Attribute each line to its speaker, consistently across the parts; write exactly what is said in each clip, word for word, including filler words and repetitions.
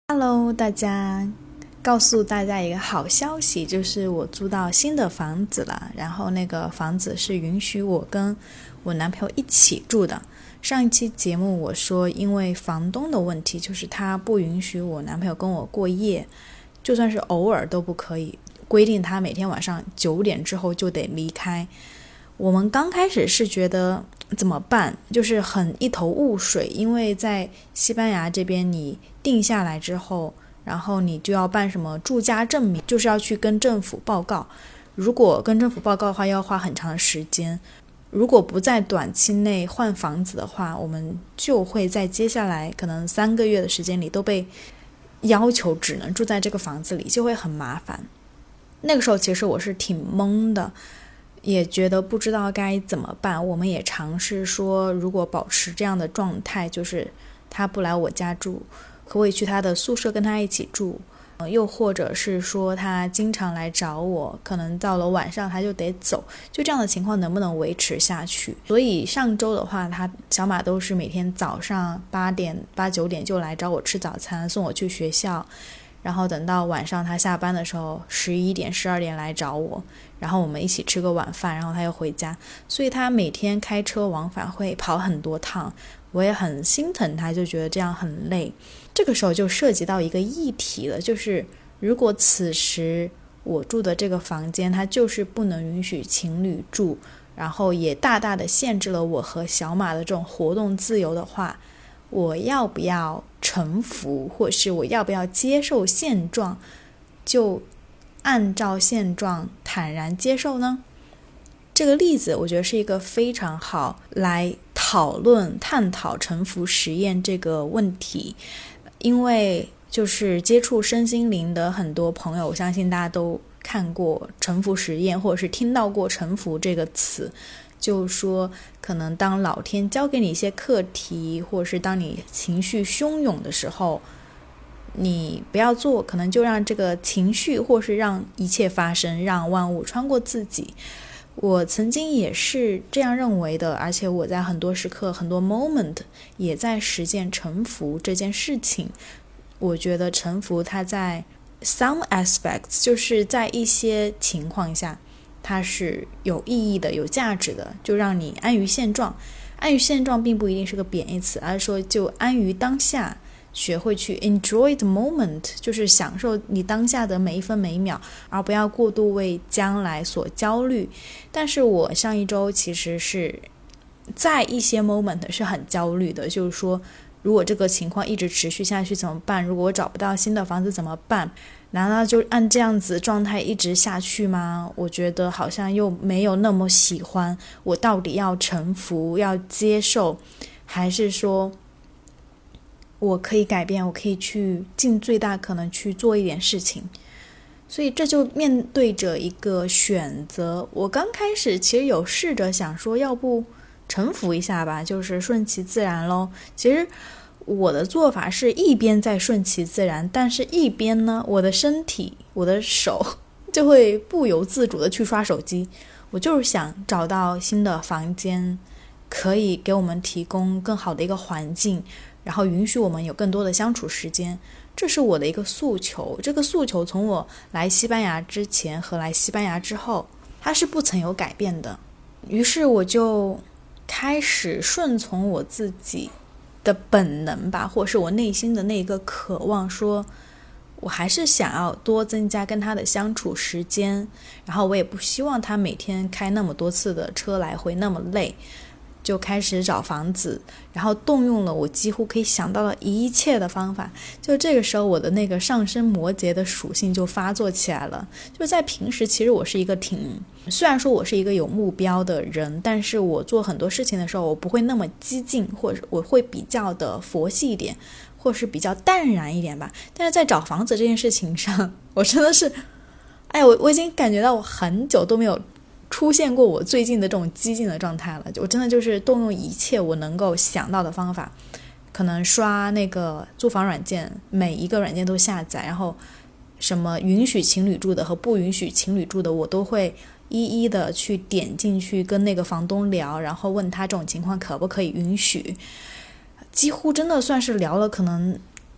Speaker 1: Hello，大家，告诉大家一个好消息，就是我租到新的房子了。然后那个房子是允许我跟我男朋友一起住的。上一期节目我说，因为房东的问题，就是他不允许我男朋友跟我过夜，就算是偶尔都不可以，规定他每天晚上九点之后就得离开。我们刚开始是觉得怎么办，就是很一头雾水，因为在西班牙这边你定下来之后，然后你就要办什么住家证明，就是要去跟政府报告。如果跟政府报告的话，要花很长的时间。如果不在短期内换房子的话，我们就会在接下来可能三个月的时间里都被要求只能住在这个房子里，就会很麻烦。那个时候其实我是挺懵的，也觉得不知道该怎么办。我们也尝试说，如果保持这样的状态，就是他不来我家住，可不可以去他的宿舍跟他一起住，呃、又或者是说他经常来找我，可能到了晚上他就得走，就这样的情况能不能维持下去。所以上周的话，他小马都是每天早上八点八九点就来找我吃早餐，送我去学校，然后等到晚上他下班的时候十一点十二点来找我，然后我们一起吃个晚饭，然后他又回家。所以他每天开车往返会跑很多趟，我也很心疼他，就觉得这样很累。这个时候就涉及到一个议题了，就是如果此时我住的这个房间它就是不能允许情侣住，然后也大大的限制了我和小马的这种活动自由的话，我要不要臣服，或是我要不要接受现状，就按照现状坦然接受呢？这个例子我觉得是一个非常好来讨论探讨臣服实验这个问题。因为就是接触身心灵的很多朋友，我相信大家都看过臣服实验，或者是听到过臣服这个词，就是说可能当老天交给你一些课题，或者是当你情绪汹涌的时候，你不要做，可能就让这个情绪或是让一切发生，让万物穿过自己。我曾经也是这样认为的，而且我在很多时刻很多 moment 也在实践臣服这件事情。我觉得臣服它在 some aspects 就是在一些情况下它是有意义的，有价值的，就让你安于现状。安于现状并不一定是个贬义词，而是说就安于当下，学会去 enjoy the moment， 就是享受你当下的每一分每一秒，而不要过度为将来所焦虑。但是我上一周其实是在一些 moment 是很焦虑的，就是说如果这个情况一直持续下去怎么办？如果我找不到新的房子怎么办？难道就按这样子状态一直下去吗？我觉得好像又没有那么喜欢。我到底要臣服，要接受，还是说我可以改变，我可以去尽最大可能去做一点事情？所以这就面对着一个选择。我刚开始其实有试着想说，要不臣服一下吧，就是顺其自然咯。其实我的做法是一边在顺其自然，但是一边呢，我的身体我的手就会不由自主的去刷手机。我就是想找到新的房间，可以给我们提供更好的一个环境，然后允许我们有更多的相处时间。这是我的一个诉求。这个诉求从我来西班牙之前和来西班牙之后，它是不曾有改变的。于是我就开始顺从我自己的本能吧，或是我内心的那个渴望，说我还是想要多增加跟他的相处时间，然后我也不希望他每天开那么多次的车来回那么累。就开始找房子，然后动用了我几乎可以想到的一切的方法。就这个时候我的那个上升摩羯的属性就发作起来了。就在平时其实我是一个挺，虽然说我是一个有目标的人，但是我做很多事情的时候我不会那么激进，或者我会比较的佛系一点，或是比较淡然一点吧。但是在找房子这件事情上，我真的是哎我我已经感觉到我很久都没有出现过我最近的这种激进的状态了。我真的就是动用一切我能够想到的方法，可能刷那个租房软件，每一个软件都下载，然后什么允许情侣住的和不允许情侣住的我都会一一的去点进去跟那个房东聊，然后问他这种情况可不可以允许。几乎真的算是聊了可能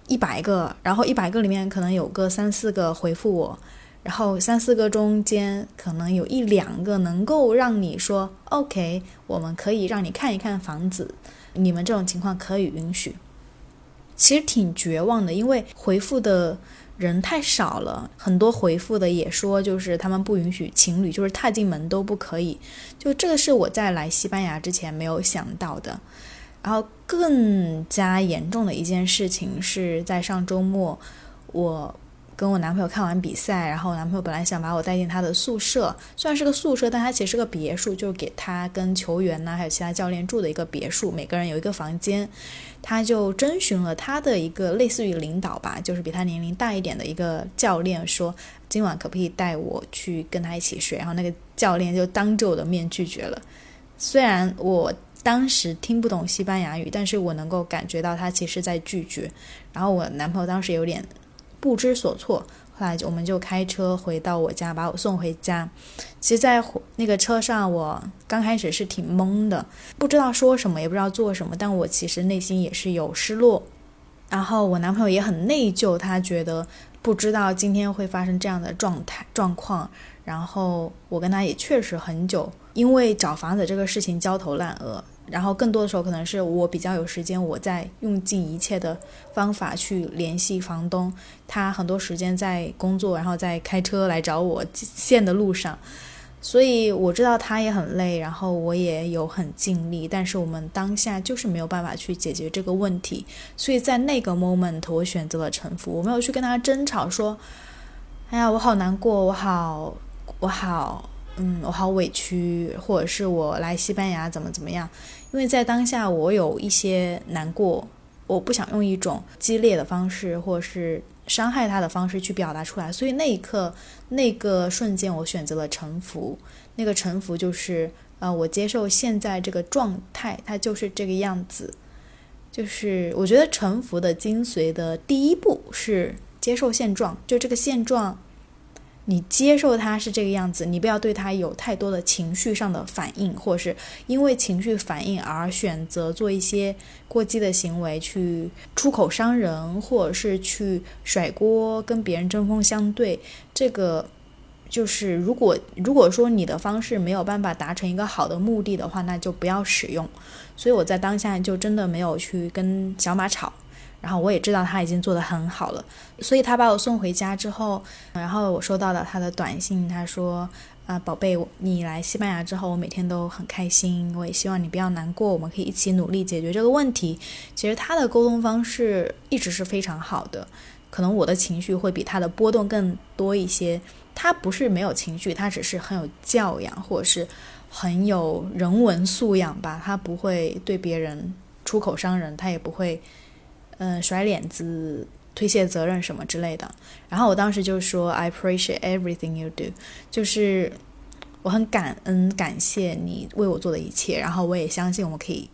Speaker 1: 一百个，然后一百个里面可能有个三四个回复我，然后三四个中间可能有一两个能够让你说 OK， 我们可以让你看一看房子，你们这种情况可以允许。其实挺绝望的，因为回复的人太少了，很多回复的也说就是他们不允许情侣就是踏进门都不可以，就这个是我在来西班牙之前没有想到的。然后更加严重的一件事情是在上周末，我跟我男朋友看完比赛，然后我男朋友本来想把我带进他的宿舍，虽然是个宿舍，但他其实是个别墅，就给他跟球员呢还有其他教练住的一个别墅，每个人有一个房间。他就征询了他的一个类似于领导吧，就是比他年龄大一点的一个教练，说今晚可不可以带我去跟他一起睡，然后那个教练就当着我的面拒绝了。虽然我当时听不懂西班牙语，但是我能够感觉到他其实在拒绝，然后我男朋友当时有点不知所措，后来我们就开车回到我家，把我送回家。其实在那个车上我刚开始是挺懵的，不知道说什么也不知道做什么，但我其实内心也是有失落，然后我男朋友也很内疚，他觉得不知道今天会发生这样的状态状况。然后我跟他也确实很久因为找房子这个事情焦头烂额，然后更多的时候可能是我比较有时间，我在用尽一切的方法去联系房东，他很多时间在工作，然后在开车来找我线的路上，所以我知道他也很累，然后我也有很尽力，但是我们当下就是没有办法去解决这个问题，所以在那个 moment 我选择了臣服，我没有去跟他争吵说哎呀我好难过，我好我好嗯，我好委屈，或者是我来西班牙怎么怎么样，因为在当下我有一些难过，我不想用一种激烈的方式或者是伤害他的方式去表达出来，所以那一刻那个瞬间我选择了臣服。那个臣服就是呃，我接受现在这个状态，它就是这个样子。就是我觉得臣服的精髓的第一步是接受现状，就这个现状你接受它是这个样子，你不要对它有太多的情绪上的反应，或是因为情绪反应而选择做一些过激的行为，去出口伤人，或者是去甩锅跟别人针锋相对。这个就是如果如果说你的方式没有办法达成一个好的目的的话，那就不要使用。所以我在当下就真的没有去跟小马吵，然后我也知道他已经做得很好了，所以他把我送回家之后，然后我收到了他的短信，他说啊、呃，宝贝，你来西班牙之后我每天都很开心，我也希望你不要难过，我们可以一起努力解决这个问题。其实他的沟通方式一直是非常好的，可能我的情绪会比他的波动更多一些，他不是没有情绪，他只是很有教养，或者是很有人文素养吧，他不会对别人出口伤人，他也不会嗯，甩脸子推卸责任什么之类的。然后我当时就说 I appreciate everything you do， 就是我很感恩感谢你为我做的一切，然后我也相信我们可以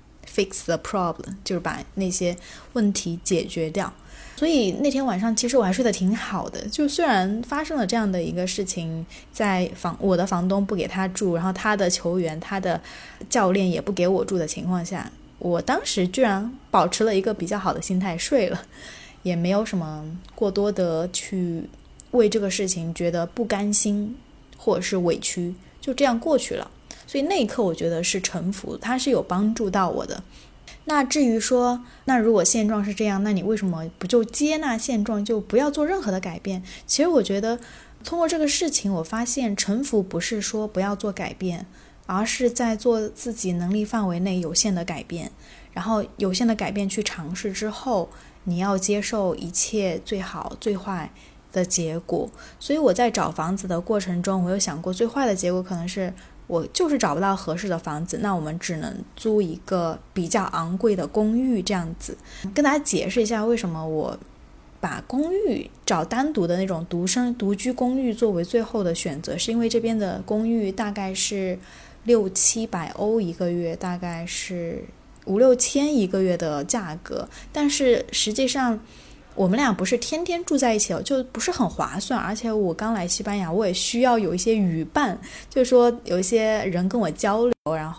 Speaker 1: fix the problem， 就是把那些问题解决掉。所以那天晚上其实我还睡得挺好的，就虽然发生了这样的一个事情，在房我的房东不给他住，然后他的球员他的教练也不给我住的情况下，我当时居然保持了一个比较好的心态睡了，也没有什么过多的去为这个事情觉得不甘心或者是委屈，就这样过去了。所以那一刻我觉得是臣服，它是有帮助到我的。那至于说那如果现状是这样，那你为什么不就接纳现状，就不要做任何的改变？其实我觉得通过这个事情我发现臣服不是说不要做改变，而是在做自己能力范围内有限的改变，然后有限的改变去尝试之后，你要接受一切最好最坏的结果。所以我在找房子的过程中，我有想过最坏的结果可能是我就是找不到合适的房子，那我们只能租一个比较昂贵的公寓这样子。跟大家解释一下为什么我把公寓找单独的那种独生独居公寓作为最后的选择，是因为这边的公寓大概是六七百欧一个月，大概是五六千一个月的价格，但是实际上我们俩不是天天住在一起，就不是很划算。而且我刚来西班牙，我也需要有一些语伴，就是说有一些人跟我交流，然后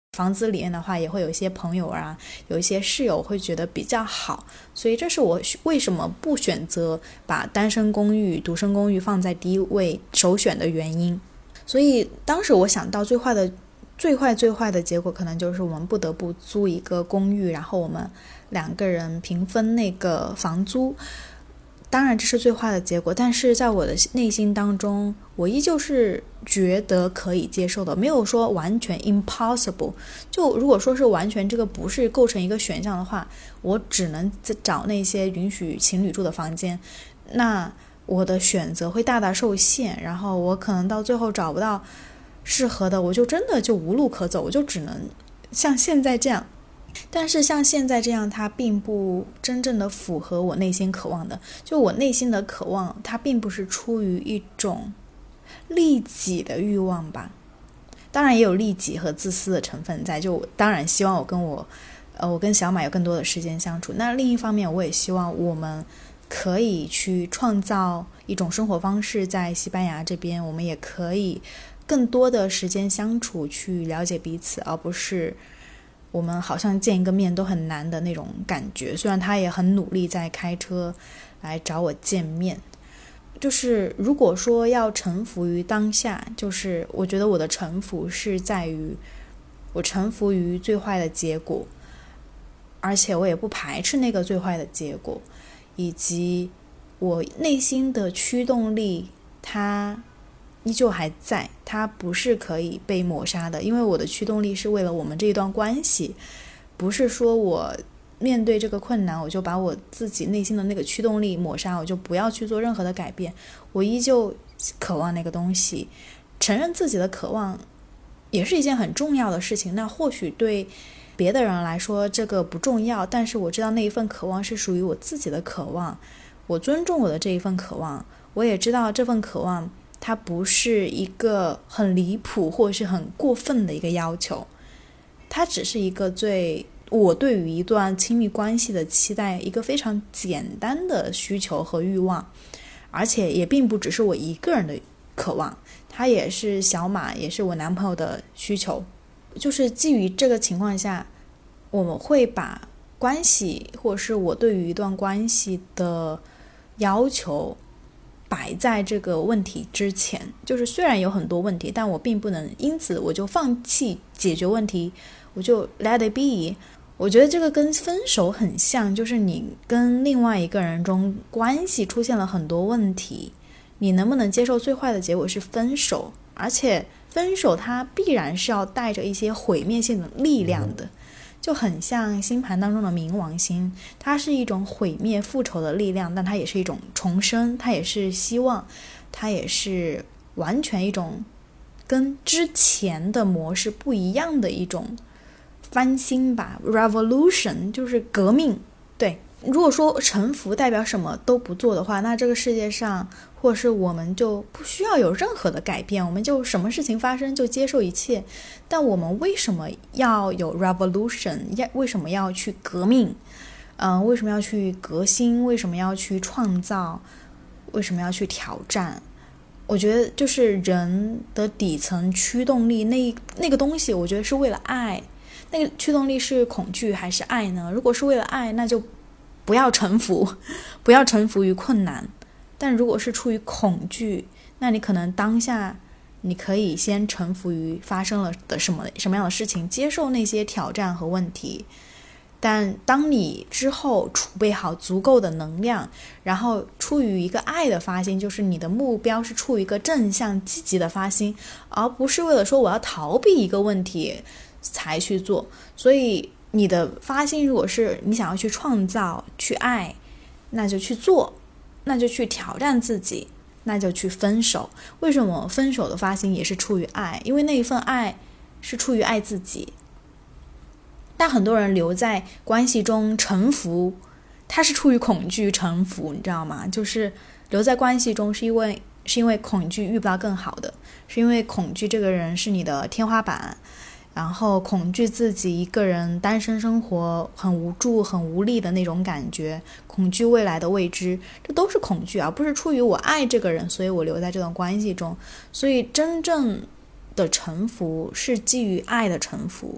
Speaker 1: 房子里面的话也会有一些朋友啊，有一些室友会觉得比较好，所以这是我为什么不选择把单身公寓、独生公寓放在第一位首选的原因。所以当时我想到最坏的最坏最坏的结果可能就是我们不得不租一个公寓，然后我们两个人平分那个房租。当然这是最坏的结果，但是在我的内心当中，我依旧是觉得可以接受的，没有说完全 impossible。 就如果说是完全这个不是构成一个选项的话，我只能找那些允许情侣住的房间，那我的选择会大大受限，然后我可能到最后找不到适合的，我就真的就无路可走，我就只能像现在这样。但是像现在这样，它并不真正的符合我内心渴望的。就我内心的渴望，它并不是出于一种利己的欲望吧，当然也有利己和自私的成分在。就当然希望我跟我呃，我跟小马有更多的时间相处。那另一方面，我也希望我们可以去创造一种生活方式，在西班牙这边，我们也可以更多的时间相处，去了解彼此，而不是我们好像见一个面都很难的那种感觉。虽然他也很努力在开车来找我见面，就是如果说要臣服于当下，就是我觉得我的臣服是在于我臣服于最坏的结果，而且我也不排斥那个最坏的结果，以及我内心的驱动力它依旧还在，它不是可以被抹杀的。因为我的驱动力是为了我们这一段关系，不是说我面对这个困难我就把我自己内心的那个驱动力抹杀，我就不要去做任何的改变。我依旧渴望那个东西，承认自己的渴望也是一件很重要的事情。那或许对别的人来说这个不重要，但是我知道那一份渴望是属于我自己的渴望，我尊重我的这一份渴望。我也知道这份渴望它不是一个很离谱或是很过分的一个要求，它只是一个最我对于一段亲密关系的期待，一个非常简单的需求和欲望。而且也并不只是我一个人的渴望，它也是小马也是我男朋友的需求。就是基于这个情况下，我们会把关系或是我对于一段关系的要求摆在这个问题之前。就是虽然有很多问题，但我并不能因此我就放弃解决问题，我就 let it be。 我觉得这个跟分手很像，就是你跟另外一个人中关系出现了很多问题，你能不能接受最坏的结果是分手，而且分手它必然是要带着一些毁灭性的力量的，就很像星盘当中的冥王星，它是一种毁灭复仇的力量，但它也是一种重生，它也是希望，它也是完全一种跟之前的模式不一样的一种翻新吧。 revolution 就是革命。对，如果说臣服代表什么都不做的话，那这个世界上或是我们就不需要有任何的改变，我们就什么事情发生就接受一切。但我们为什么要有 revolution？ 为什么要去革命？嗯、呃，为什么要去革新？为什么要去创造？为什么要去挑战？我觉得就是人的底层驱动力那那个东西，我觉得是为了爱。那个驱动力是恐惧还是爱呢？如果是为了爱，那就不要臣服，不要臣服于困难。但如果是出于恐惧，那你可能当下你可以先臣服于发生了的什么什么样的事情，接受那些挑战和问题。但当你之后储备好足够的能量，然后出于一个爱的发心，就是你的目标是出于一个正向积极的发心，而不是为了说我要逃避一个问题才去做。所以你的发心如果是你想要去创造去爱，那就去做，那就去挑战自己，那就去分手。为什么分手的发心也是出于爱？因为那一份爱是出于爱自己。但很多人留在关系中臣服，他是出于恐惧臣服，你知道吗？就是留在关系中是因为是因为恐惧遇不到更好的，是因为恐惧这个人是你的天花板，然后恐惧自己一个人单身生活很无助很无力的那种感觉，恐惧未来的未知，这都是恐惧，而不是出于我爱这个人所以我留在这段关系中。所以真正的臣服是基于爱的臣服，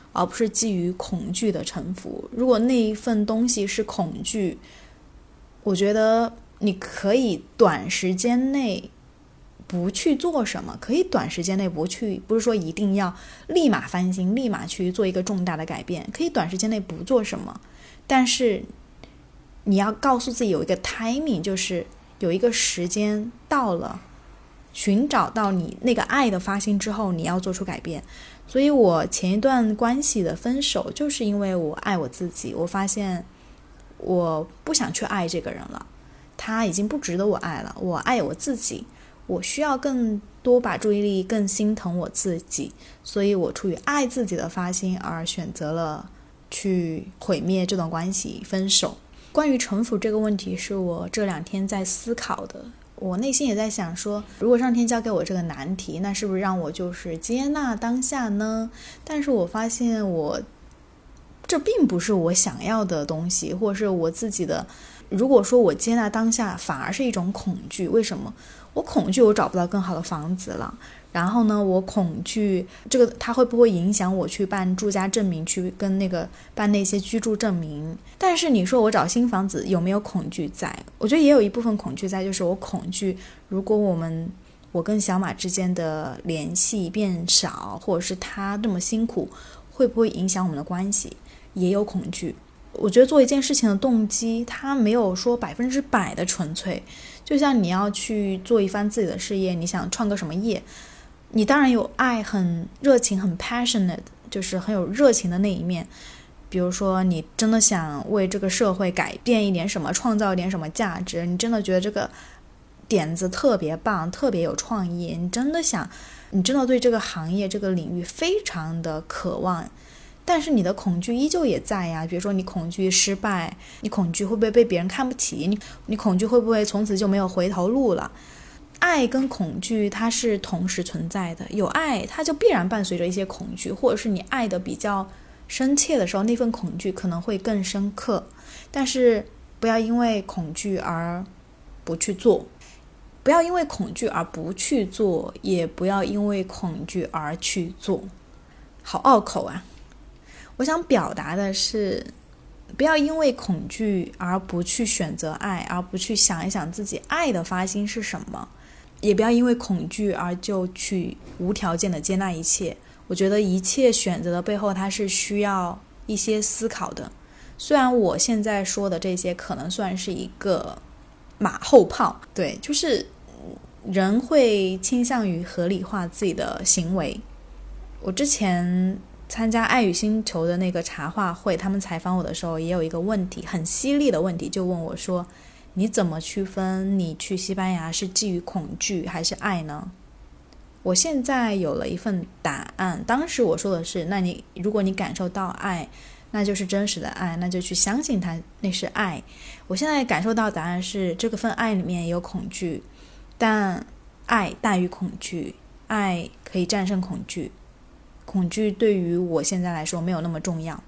Speaker 1: 而不是基于恐惧的臣服。如果那一份东西是恐惧，我觉得你可以短时间内不去做什么，可以短时间内不去，不是说一定要立马翻新，立马去做一个重大的改变，可以短时间内不做什么，但是你要告诉自己有一个 timing， 就是有一个时间到了，寻找到你那个爱的发心之后，你要做出改变。所以我前一段关系的分手，就是因为我爱我自己，我发现我不想去爱这个人了，他已经不值得我爱了，我爱我自己，我需要更多把注意力更心疼我自己，所以我出于爱自己的发心而选择了去毁灭这段关系，分手。关于臣服这个问题是我这两天在思考的，我内心也在想说，如果上天交给我这个难题，那是不是让我就是接纳当下呢？但是我发现我这并不是我想要的东西，或是我自己的。如果说我接纳当下反而是一种恐惧，为什么？我恐惧我找不到更好的房子了，然后呢我恐惧这个它会不会影响我去办住家证明，去跟那个办那些居住证明。但是你说我找新房子有没有恐惧在？我觉得也有一部分恐惧在，就是我恐惧如果我们我跟小马之间的联系变少，或者是他这么辛苦，会不会影响我们的关系，也有恐惧。我觉得做一件事情的动机它没有说百分之百的纯粹，就像你要去做一番自己的事业，你想创个什么业，你当然有爱，很热情，很 passionate， 就是很有热情的那一面。比如说你真的想为这个社会改变一点什么，创造一点什么价值，你真的觉得这个点子特别棒，特别有创意，你真的想，你真的对这个行业这个领域非常的渴望，但是你的恐惧依旧也在呀。比如说你恐惧失败，你恐惧会不会被别人看不起，你你恐惧会不会从此就没有回头路了。爱跟恐惧它是同时存在的，有爱它就必然伴随着一些恐惧，或者是你爱的比较深切的时候，那份恐惧可能会更深刻。但是不要因为恐惧而不去做，不要因为恐惧而不去做，也不要因为恐惧而去做。好拗口啊。我想表达的是，不要因为恐惧而不去选择爱，而不去想一想自己爱的发心是什么，也不要因为恐惧而就去无条件的接纳一切。我觉得一切选择的背后它是需要一些思考的。虽然我现在说的这些可能算是一个马后炮，对，就是人会倾向于合理化自己的行为。我之前参加爱与星球的那个茶话会，他们采访我的时候也有一个问题，很犀利的问题，就问我说，你怎么区分你去西班牙是基于恐惧还是爱呢？我现在有了一份答案。当时我说的是，那你如果你感受到爱，那就是真实的爱，那就去相信它，那是爱。我现在感受到答案是，这个份爱里面有恐惧，但爱大于恐惧，爱可以战胜恐惧，恐惧对于我现在来说没有那么重要。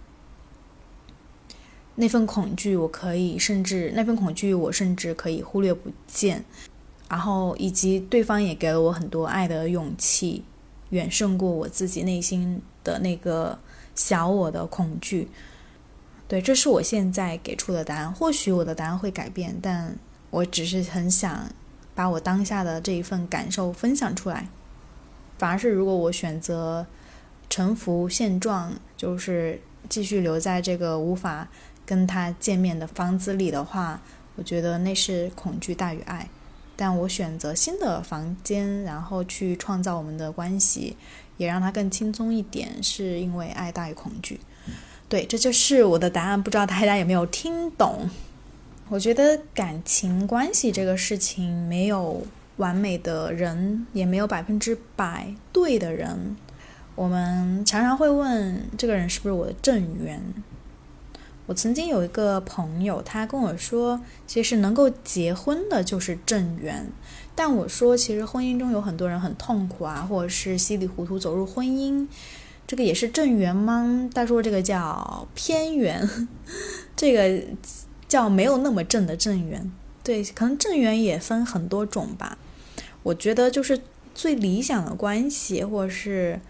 Speaker 1: 那份恐惧我可以甚至那份恐惧我甚至可以忽略不见，然后以及对方也给了我很多爱的勇气，远胜过我自己内心的那个小我的恐惧。对，这是我现在给出的答案。或许我的答案会改变，但我只是很想把我当下的这一份感受分享出来。反而是如果我选择臣服现状，就是继续留在这个无法跟他见面的房子里的话，我觉得那是恐惧大于爱。但我选择新的房间，然后去创造我们的关系，也让它更轻松一点，是因为爱大于恐惧。对，这就是我的答案，不知道大家有没有听懂。我觉得感情关系这个事情没有完美的人，也没有百分之百对的人。我们常常会问，这个人是不是我的正缘？我曾经有一个朋友，他跟我说，其实能够结婚的就是正缘。但我说，其实婚姻中有很多人很痛苦啊，或者是稀里糊涂走入婚姻，这个也是正缘吗？他说这个叫偏缘，这个叫没有那么正的正缘。对，可能正缘也分很多种吧。我觉得就是最理想的关系，或者是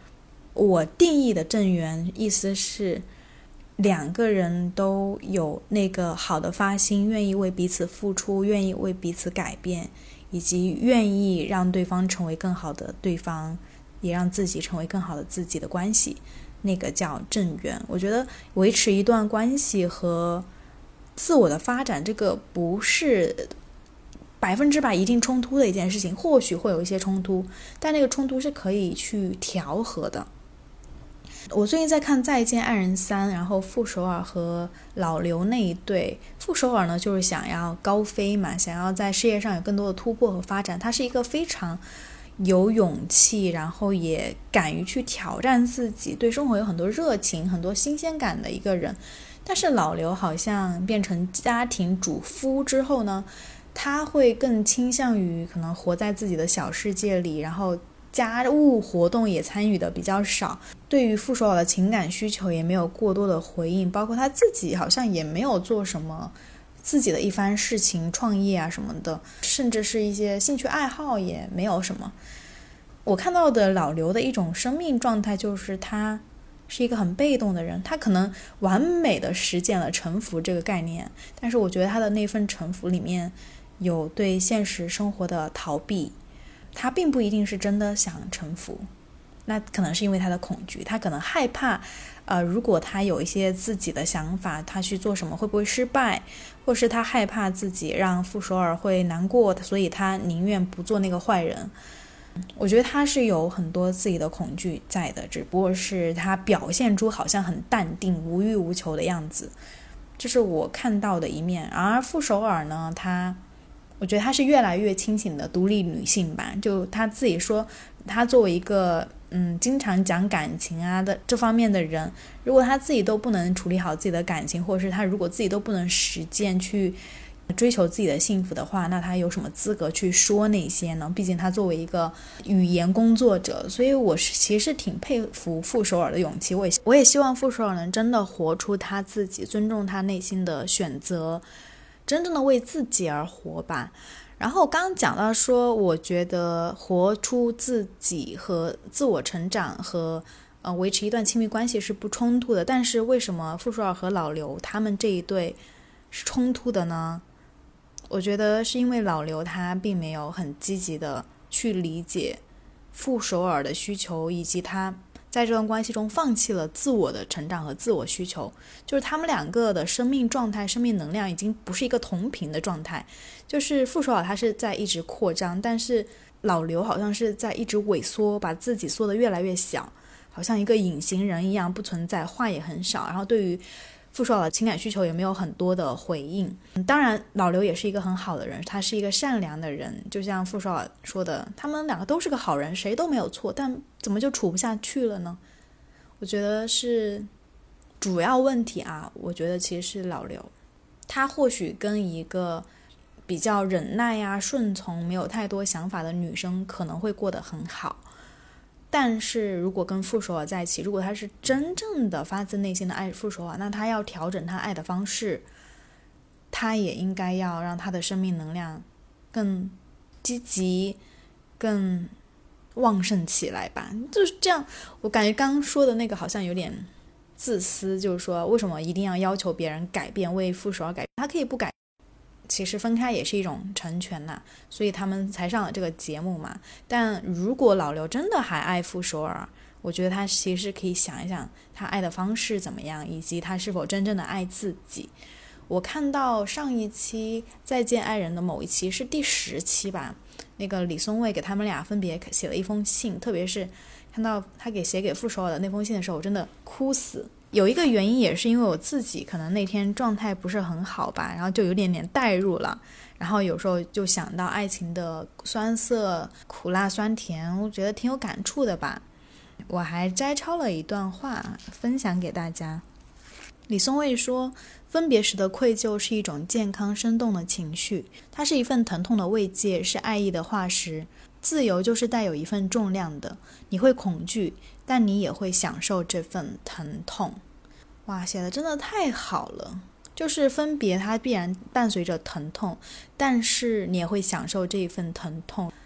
Speaker 1: 我定义的正缘意思是两个人都有那个好的发心，愿意为彼此付出，愿意为彼此改变，以及愿意让对方成为更好的对方，也让自己成为更好的自己的关系，那个叫正缘。我觉得维持一段关系和自我的发展，这个不是百分之百一定冲突的一件事情，或许会有一些冲突，但那个冲突是可以去调和的。我最近在看《再见爱人三》，然后傅首尔和老刘那一对，傅首尔呢就是想要高飞嘛，想要在事业上有更多的突破和发展，他是一个非常有勇气，然后也敢于去挑战自己，对生活有很多热情，很多新鲜感的一个人。但是老刘好像变成家庭主夫之后呢，他会更倾向于可能活在自己的小世界里，然后家务活动也参与的比较少，对于傅首尔的情感需求也没有过多的回应，包括他自己好像也没有做什么自己的一番事情，创业啊什么的，甚至是一些兴趣爱好也没有什么。我看到的老刘的一种生命状态就是他是一个很被动的人，他可能完美的实践了臣服这个概念，但是我觉得他的那份臣服里面有对现实生活的逃避，他并不一定是真的想臣服，那可能是因为他的恐惧，他可能害怕呃，如果他有一些自己的想法，他去做什么会不会失败，或是他害怕自己让傅首尔会难过，所以他宁愿不做那个坏人。我觉得他是有很多自己的恐惧在的，只不过是他表现出好像很淡定无欲无求的样子，这是我看到的一面。而傅首尔呢，他我觉得她是越来越清醒的独立女性吧，就她自己说，她作为一个嗯经常讲感情啊的这方面的人，如果她自己都不能处理好自己的感情，或者是她如果自己都不能实践去追求自己的幸福的话，那她有什么资格去说那些呢？毕竟她作为一个语言工作者，所以我是其实挺佩服傅首尔的勇气，我也我也希望傅首尔能真的活出她自己，尊重她内心的选择，真正的为自己而活吧。然后刚刚讲到说，我觉得活出自己和自我成长和呃维持一段亲密关系是不冲突的，但是为什么傅首尔和老刘他们这一对是冲突的呢？我觉得是因为老刘他并没有很积极的去理解傅首尔的需求，以及他在这段关系中放弃了自我的成长和自我需求，就是他们两个的生命状态、生命能量已经不是一个同频的状态。就是傅首尔他是在一直扩张，但是老刘好像是在一直萎缩，把自己缩得越来越小，好像一个隐形人一样不存在，话也很少，然后对于傅首尔的情感需求也没有很多的回应。当然老刘也是一个很好的人，他是一个善良的人，就像傅首尔说的，他们两个都是个好人，谁都没有错，但怎么就处不下去了呢？我觉得是主要问题啊，我觉得其实是老刘，他或许跟一个比较忍耐啊、顺从、没有太多想法的女生可能会过得很好，但是如果跟傅首尔在一起，如果他是真正的发自内心的爱傅首尔，那他要调整他爱的方式，他也应该要让他的生命能量更积极、更旺盛起来吧。就是这样，我感觉刚刚说的那个好像有点自私，就是说为什么一定要要求别人改变，为傅首尔改变，他可以不改，其实分开也是一种成全呐，所以他们才上了这个节目嘛。但如果老刘真的还爱傅首尔，我觉得他其实可以想一想他爱的方式怎么样，以及他是否真正的爱自己。我看到上一期再见爱人的某一期是第十期吧，那个李松蔚给他们俩分别写了一封信，特别是看到他给写给傅首尔的那封信的时候，我真的哭死。有一个原因也是因为我自己可能那天状态不是很好吧，然后就有点点代入了，然后有时候就想到爱情的酸涩、苦辣、酸甜，我觉得挺有感触的吧。我还摘抄了一段话分享给大家。李松蔚说，分别时的愧疚是一种健康生动的情绪，它是一份疼痛的慰藉，是爱意的化石。自由就是带有一份重量的，你会恐惧，但你也会享受这份疼痛。哇，写的真的太好了，就是分别它必然伴随着疼痛，但是你也会享受这一份疼痛。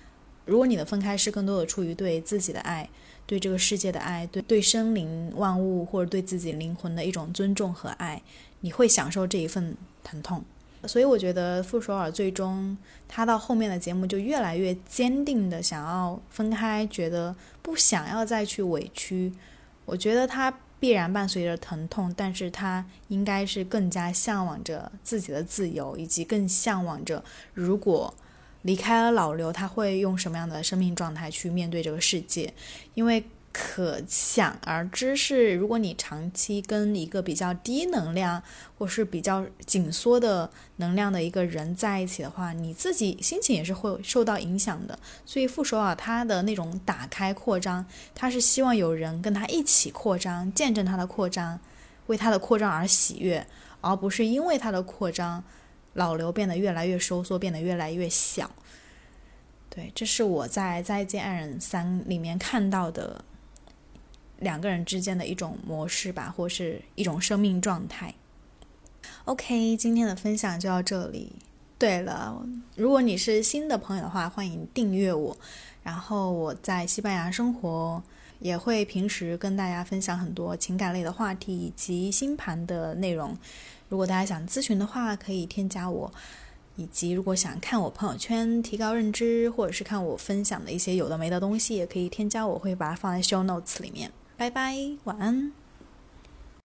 Speaker 1: 如果你的分开是更多的出于对自己的爱，对这个世界的爱，对对生灵万物或者对自己灵魂的一种尊重和爱，你会享受这一份疼痛。所以我觉得傅首尔最终他到后面的节目就越来越坚定的想要分开，觉得不想要再去委屈。我觉得他必然伴随着疼痛，但是他应该是更加向往着自己的自由，以及更向往着如果离开了老刘他会用什么样的生命状态去面对这个世界。因为可想而知是，如果你长期跟一个比较低能量或是比较紧缩的能量的一个人在一起的话，你自己心情也是会受到影响的。所以傅首尔他的那种打开扩张，他是希望有人跟他一起扩张，见证他的扩张，为他的扩张而喜悦，而不是因为他的扩张老刘变得越来越收缩，变得越来越小。对，这是我在《再见爱人三》里面看到的两个人之间的一种模式吧，或是一种生命状态。 OK， 今天的分享就到这里。对了，如果你是新的朋友的话，欢迎订阅我。然后我在西班牙生活，也会平时跟大家分享很多情感类的话题以及星盘的内容。如果大家想咨询的话，可以添加我，以及如果想看我朋友圈提高认知，或者是看我分享的一些有的没的东西，也可以添加我，会把它放在 show notes 里面。拜拜，晚安。